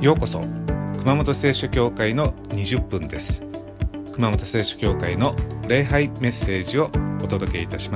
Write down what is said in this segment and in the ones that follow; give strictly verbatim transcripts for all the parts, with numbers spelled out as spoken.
ようこそ熊本聖書教会のにじゅっぷんです。熊本聖書教会の礼拝メッセージをお届けいたします。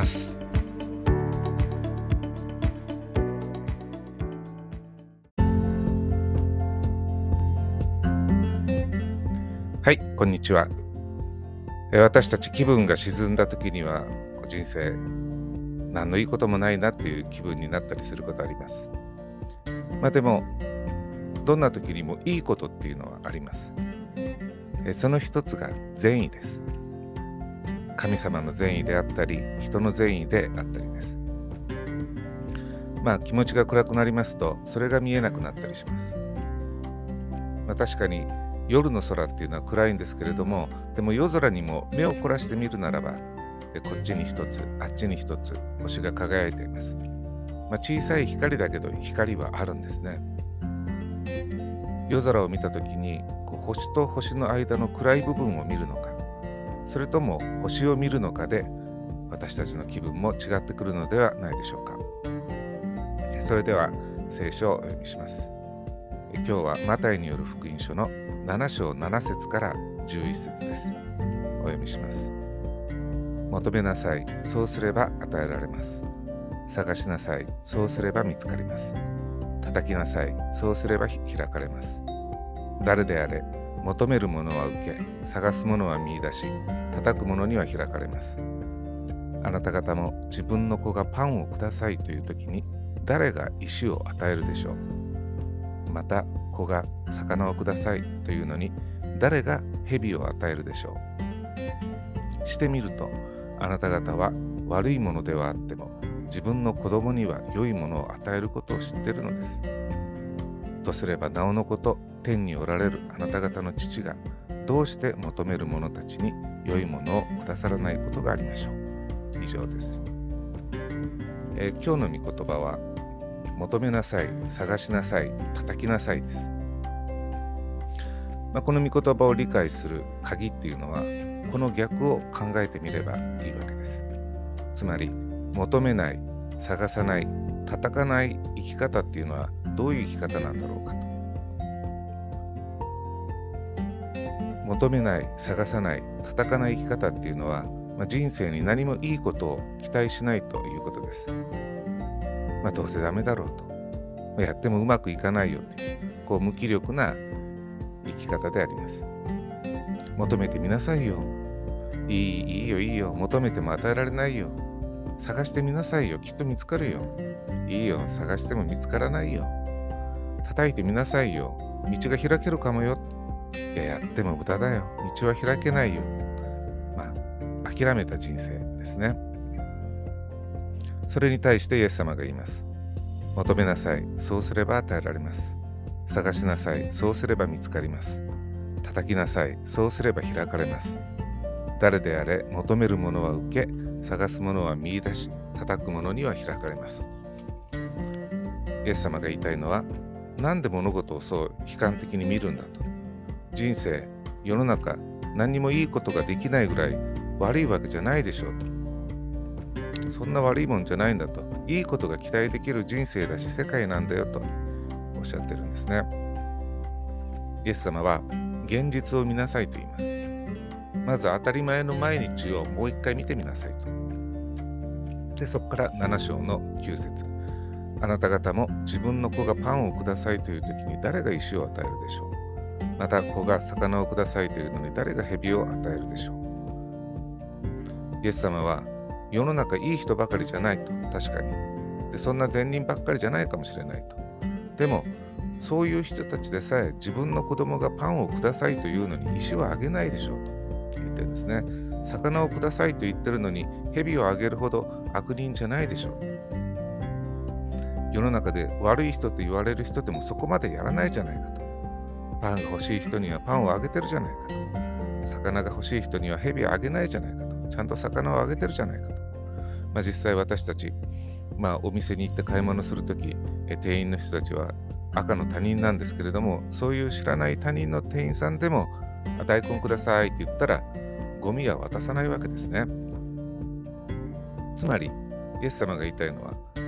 はい、こんにちは。私たち気分が沈んだ時には人生何のいいこともないなっていう気分になったりすることあります。まあでもどんな時にもいいことっていうのはあります。その一つが善意です。神様の善意であったり、人の善意であったりです。まあ気持ちが暗くなりますと、それが見えなくなったりします。まあ確かに夜の空っていうのは暗いんですけれども、でも夜空にも目を凝らしてみるならば、こっちに一つ、あっちに一つ星が輝いています。まあ、小さい光だけど光はあるんですね。夜空を見たときにこう星と星の間の暗い部分を見るのか、それとも星を見るのかで私たちの気分も違ってくるのではないでしょうか。それでは聖書をお読みします。今日はマタイによる福音書のなな章なな節からじゅういち節です。お読みします。求めなさい、そうすれば与えられます。探しなさい、そうすれば見つかります。叩きなさい、そうすれば開かれます。誰であれ、求めるものは受け、探すものは見出し、叩くものには開かれます。あなた方も自分の子がパンをくださいという時に、誰が石を与えるでしょう。また、子が魚をくださいというのに、誰が蛇を与えるでしょう。してみると、あなた方は悪いものではあっても、自分の子供には良いものを与えることを知っているのです。とすればなおのこと、天におられるあなた方の父がどうして求める者たちに良いものをくださらないことがありましょう。以上です。えー、今日の御言葉は求めなさい、探しなさい、叩きなさいです。まあ、この御言葉を理解する鍵っていうのはこの逆を考えてみればいいわけです。つまり求めない、探さない、叩かない生き方っていうのはどういう生き方なんだろうかと。求めない、探さない、叩かない生き方っていうのは、まあ、人生に何もいいことを期待しないということです。まあ、どうせダメだろうと、まあ、やってもうまくいかないよっていう、こう無気力な生き方であります。求めてみなさいよ。いい、いいよ、いいよ。求めても与えられないよ。探してみなさいよ。きっと見つかるよ。いいよ。探しても見つからないよ。叩いてみなさいよ。道が開けるかもよ。いや、やっても無駄だよ。道は開けないよ。まあ、諦めた人生ですね。それに対してイエス様が言います。求めなさい。そうすれば与えられます。探しなさい。そうすれば見つかります。叩きなさい。そうすれば開かれます。誰であれ、求めるものは受け、探すものは見出し、叩くものには開かれます。イエス様が言いたいのは、なんで物事をそう悲観的に見るんだと。人生、世の中、何にもいいことができないぐらい悪いわけじゃないでしょうと。そんな悪いもんじゃないんだと。いいことが期待できる人生だし、世界なんだよとおっしゃってるんですね。イエス様は、現実を見なさいと言います。まず当たり前の毎日をもう一回見てみなさいと。で、そこからなな章のきゅう節。あなた方も自分の子がパンをくださいという時に誰が石を与えるでしょう。また子が魚をくださいというのに誰が蛇を与えるでしょう。イエス様は世の中いい人ばかりじゃないと。確かに。で、そんな善人ばっかりじゃないかもしれないと。でもそういう人たちでさえ自分の子供がパンをくださいというのに石をあげないでしょうと言ってるんですね。魚をくださいと言ってるのに蛇をあげるほど悪人じゃないでしょう。世の中で悪い人と言われる人でもそこまでやらないじゃないかと。パンが欲しい人にはパンをあげてるじゃないかと。魚が欲しい人には蛇をあげないじゃないかと。ちゃんと魚をあげてるじゃないかと。まあ、実際私たち、まあ、お店に行って買い物するとき、店員の人たちは赤の他人なんですけれども、そういう知らない他人の店員さんでも大根くださいって言ったらゴミは渡さないわけですね。つまりイエス様が言いたいのは、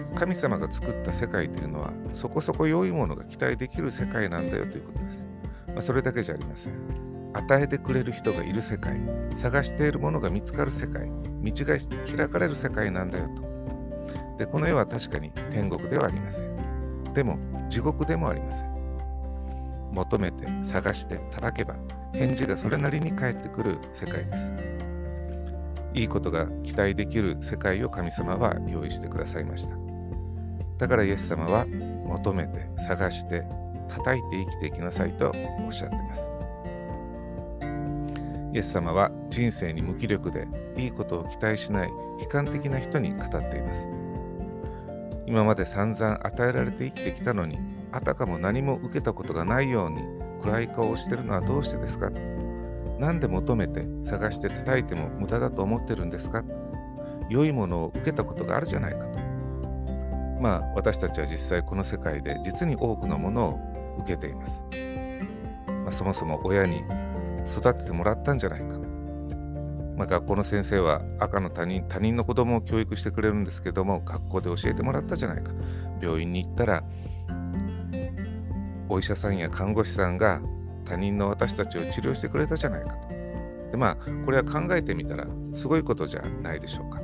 神様が作った世界というのはそこそこ良いものが期待できる世界なんだよということです。まあ、それだけじゃありません。与えてくれる人がいる世界、探しているものが見つかる世界、道が開かれる世界なんだよと。で、この世は確かに天国ではありません。でも地獄でもありません。求めて探して叩けば返事がそれなりに返ってくる世界です。いいことが期待できる世界を神様は用意してくださいました。だからイエス様は求めて探して叩いて生きていきなさいとおっしゃっています。イエス様は人生に無気力でいいことを期待しない悲観的な人に語っています。今まで散々与えられて生きてきたのに、あたかも何も受けたことがないように暗い顔をしているのはどうしてですか？なんで求めて探して叩いても無駄だと思ってるんですか？良いものを受けたことがあるじゃないかと。まあ私たちは実際この世界で実に多くのものを受けています。まあ、そもそも親に育ててもらったんじゃないか。まあ、学校の先生は赤の他人、他人の子供を教育してくれるんですけども、学校で教えてもらったじゃないか。病院に行ったらお医者さんや看護師さんが他人の私たちを治療してくれたじゃないかと。で、まあこれは考えてみたらすごいことじゃないでしょうか。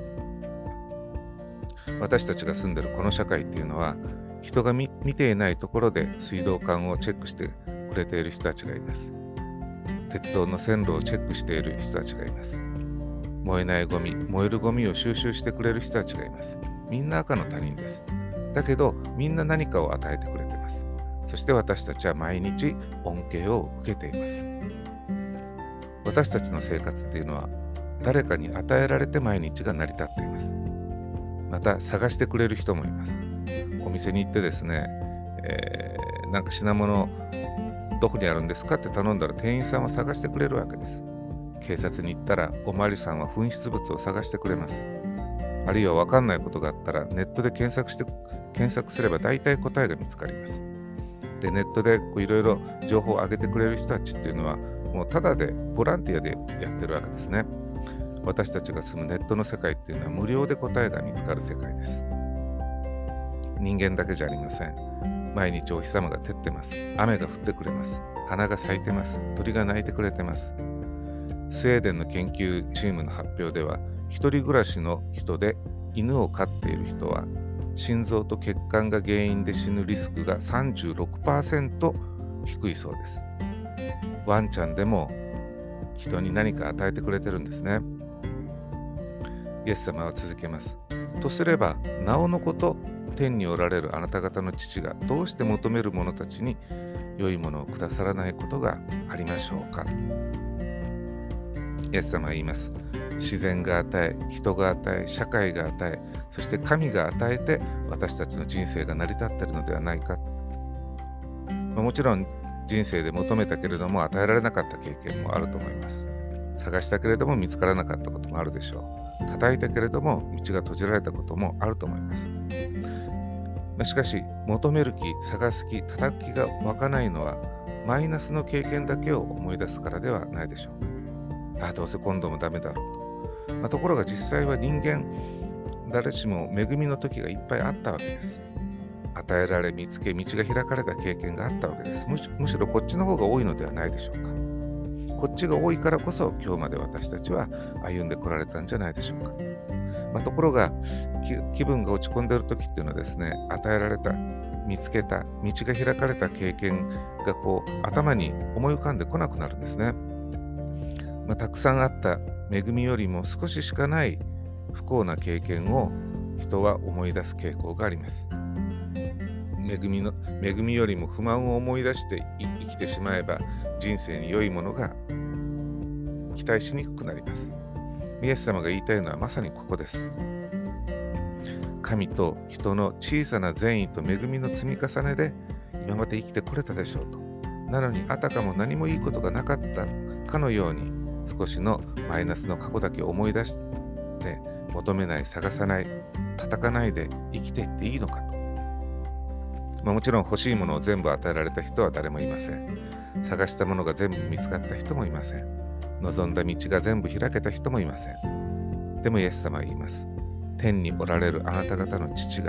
私たちが住んでるこの社会っていうのは、人が 見, 見ていないところで水道管をチェックしてくれている人たちがいます。鉄道の線路をチェックしている人たちがいます。燃えないゴミ、燃えるゴミを収集してくれる人たちがいます。みんな赤の他人です。だけどみんな何かを与えてくれています。そして私たちは毎日恩恵を受けています。私たちの生活っていうのは誰かに与えられて毎日が成り立っています。また探してくれる人もいます。お店に行ってですね、えー、なんか品物どこにあるんですかって頼んだら店員さんは探してくれるわけです。警察に行ったらおまわりさんは紛失物を探してくれます。あるいは分かんないことがあったらネットで検索して検索すれば大体答えが見つかります。で、ネットでいろいろ情報を上げてくれる人たちっていうのはもうただでボランティアでやってるわけですね。私たちが住むネットの世界っていうのは無料で答えが見つかる世界です。人間だけじゃありません。毎日お日様が照ってます。雨が降ってくれます。花が咲いてます。鳥が鳴いてくれてます。スウェーデンの研究チームの発表では、一人暮らしの人で犬を飼っている人は心臓と血管が原因で死ぬリスクが さんじゅうろくパーセント 低いそうです。ワンちゃんでも人に何か与えてくれてるんですね。イエス様は続けます。とすれば、なおのこと天におられるあなた方の父がどうして求める者たちに良いものをくださらないことがありましょうか。イエス様は言います。自然が与え、人が与え、社会が与え、そして神が与えて私たちの人生が成り立っているのではないか。まあ、もちろん人生で求めたけれども与えられなかった経験もあると思います。探したけれども見つからなかったこともあるでしょう。叩いたけれども道が閉じられたこともあると思います。まあ、しかし求める気、探す気、叩く気が湧かないのはマイナスの経験だけを思い出すからではないでしょうか。ああ、どうせ今度もダメだろうと。まあ、ところが実際は人間誰しも恵みの時がいっぱいあったわけです。与えられ見つけ道が開かれた経験があったわけです。むし、むしろこっちの方が多いのではないでしょうか。こっちが多いからこそ今日まで私たちは歩んでこられたんじゃないでしょうか。まあ、ところが気分が落ち込んでいる時っていうのはですね、与えられた見つけた道が開かれた経験がこう頭に思い浮かんでこなくなるんですね。まあ、たくさんあった恵みよりも少ししかない不幸な経験を人は思い出す傾向があります。恵みの恵みよりも不満を思い出して生きてしまえば人生に良いものが期待しにくくなります。イエス様が言いたいのはまさにここです。神と人の小さな善意と恵みの積み重ねで今まで生きてこれたでしょうと。なのにあたかも何もいいことがなかったかのように少しのマイナスの過去だけ思い出して求めない、探さない、叩かないで生きていっていいのかと。まあ、もちろん欲しいものを全部与えられた人は誰もいません。探したものが全部見つかった人もいません。望んだ道が全部開けた人もいません。でもイエス様は言います。天におられるあなた方の父が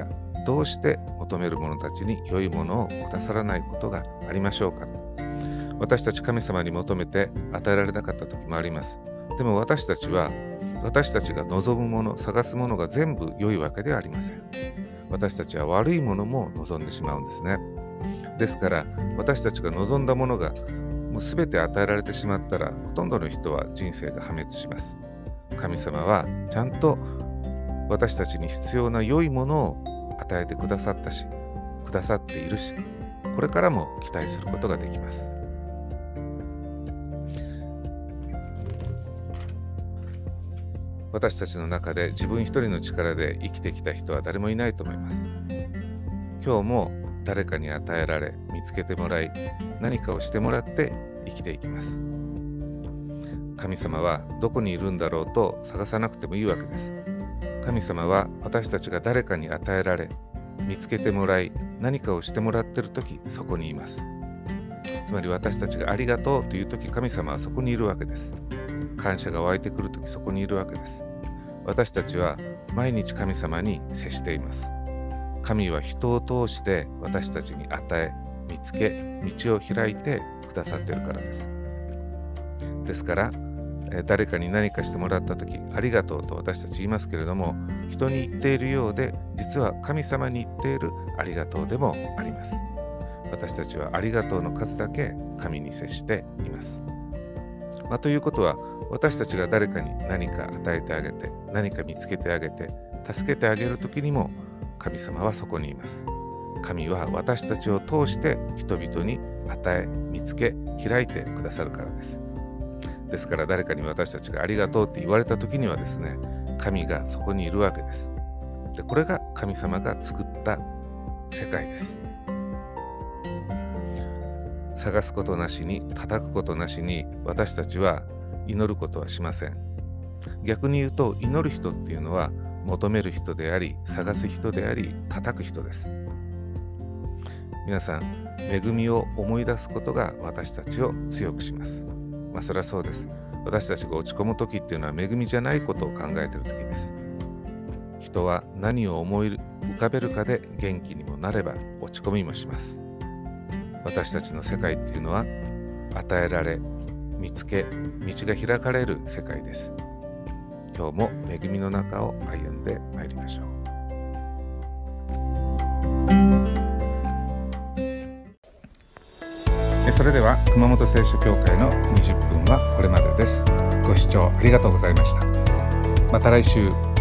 どうして求める者たちに良いものをくださらないことがありましょうか。私たち神様に求めて与えられなかった時もあります。でも私たちは私たちが望むもの、探すものが全部良いわけではありません。私たちは悪いものも望んでしまうんですね。ですから私たちが望んだものがもう全て与えられてしまったら、ほとんどの人は人生が破滅します。神様はちゃんと私たちに必要な良いものを与えてくださったし、くださっているし、これからも期待することができます。私たちの中で自分一人の力で生きてきた人は誰もいないと思います。今日も誰かに与えられ、見つけてもらい、何かをしてもらって生きていきます。神様はどこにいるんだろうと探さなくてもいいわけです。神様は私たちが誰かに与えられ、見つけてもらい、何かをしてもらっているとき、そこにいます。つまり私たちがありがとうというとき、神様はそこにいるわけです。感謝が湧いてくるとき、そこにいるわけです。私たちは毎日神様に接しています。神は人を通して私たちに与え、見つけ、道を開いてくださっているからです。ですから、誰かに何かしてもらったとき、ありがとうと私たち言いますけれども、人に言っているようで、実は神様に言っているありがとうでもあります。私たちはありがとうの数だけ神に接しています。まあ、ということは、私たちが誰かに何か与えてあげて、何か見つけてあげて、助けてあげるときにも、神様はそこにいます。神は私たちを通して人々に与え、見つけ、開いてくださるからです。ですから誰かに私たちがありがとうって言われたときにはですね、神がそこにいるわけです。で、これが神様が作った世界です。探すことなしに、叩くことなしに、私たちは祈ることはしません。逆に言うと、祈る人っていうのは求める人であり、探す人であり、叩く人です。皆さん、恵みを思い出すことが私たちを強くします。まあ、それはそうです。私たちが落ち込む時っていうのは恵みじゃないことを考えている時です。人は何を思い浮かべるかで元気にもなれば落ち込みもします。私たちの世界っていうのは与えられ、見つけ、道が開かれる世界です。今日も恵みの中を歩んでまいりましょう。それでは熊本聖書教会のにじゅっぷんはこれまでです。ご視聴ありがとうございました。また来週。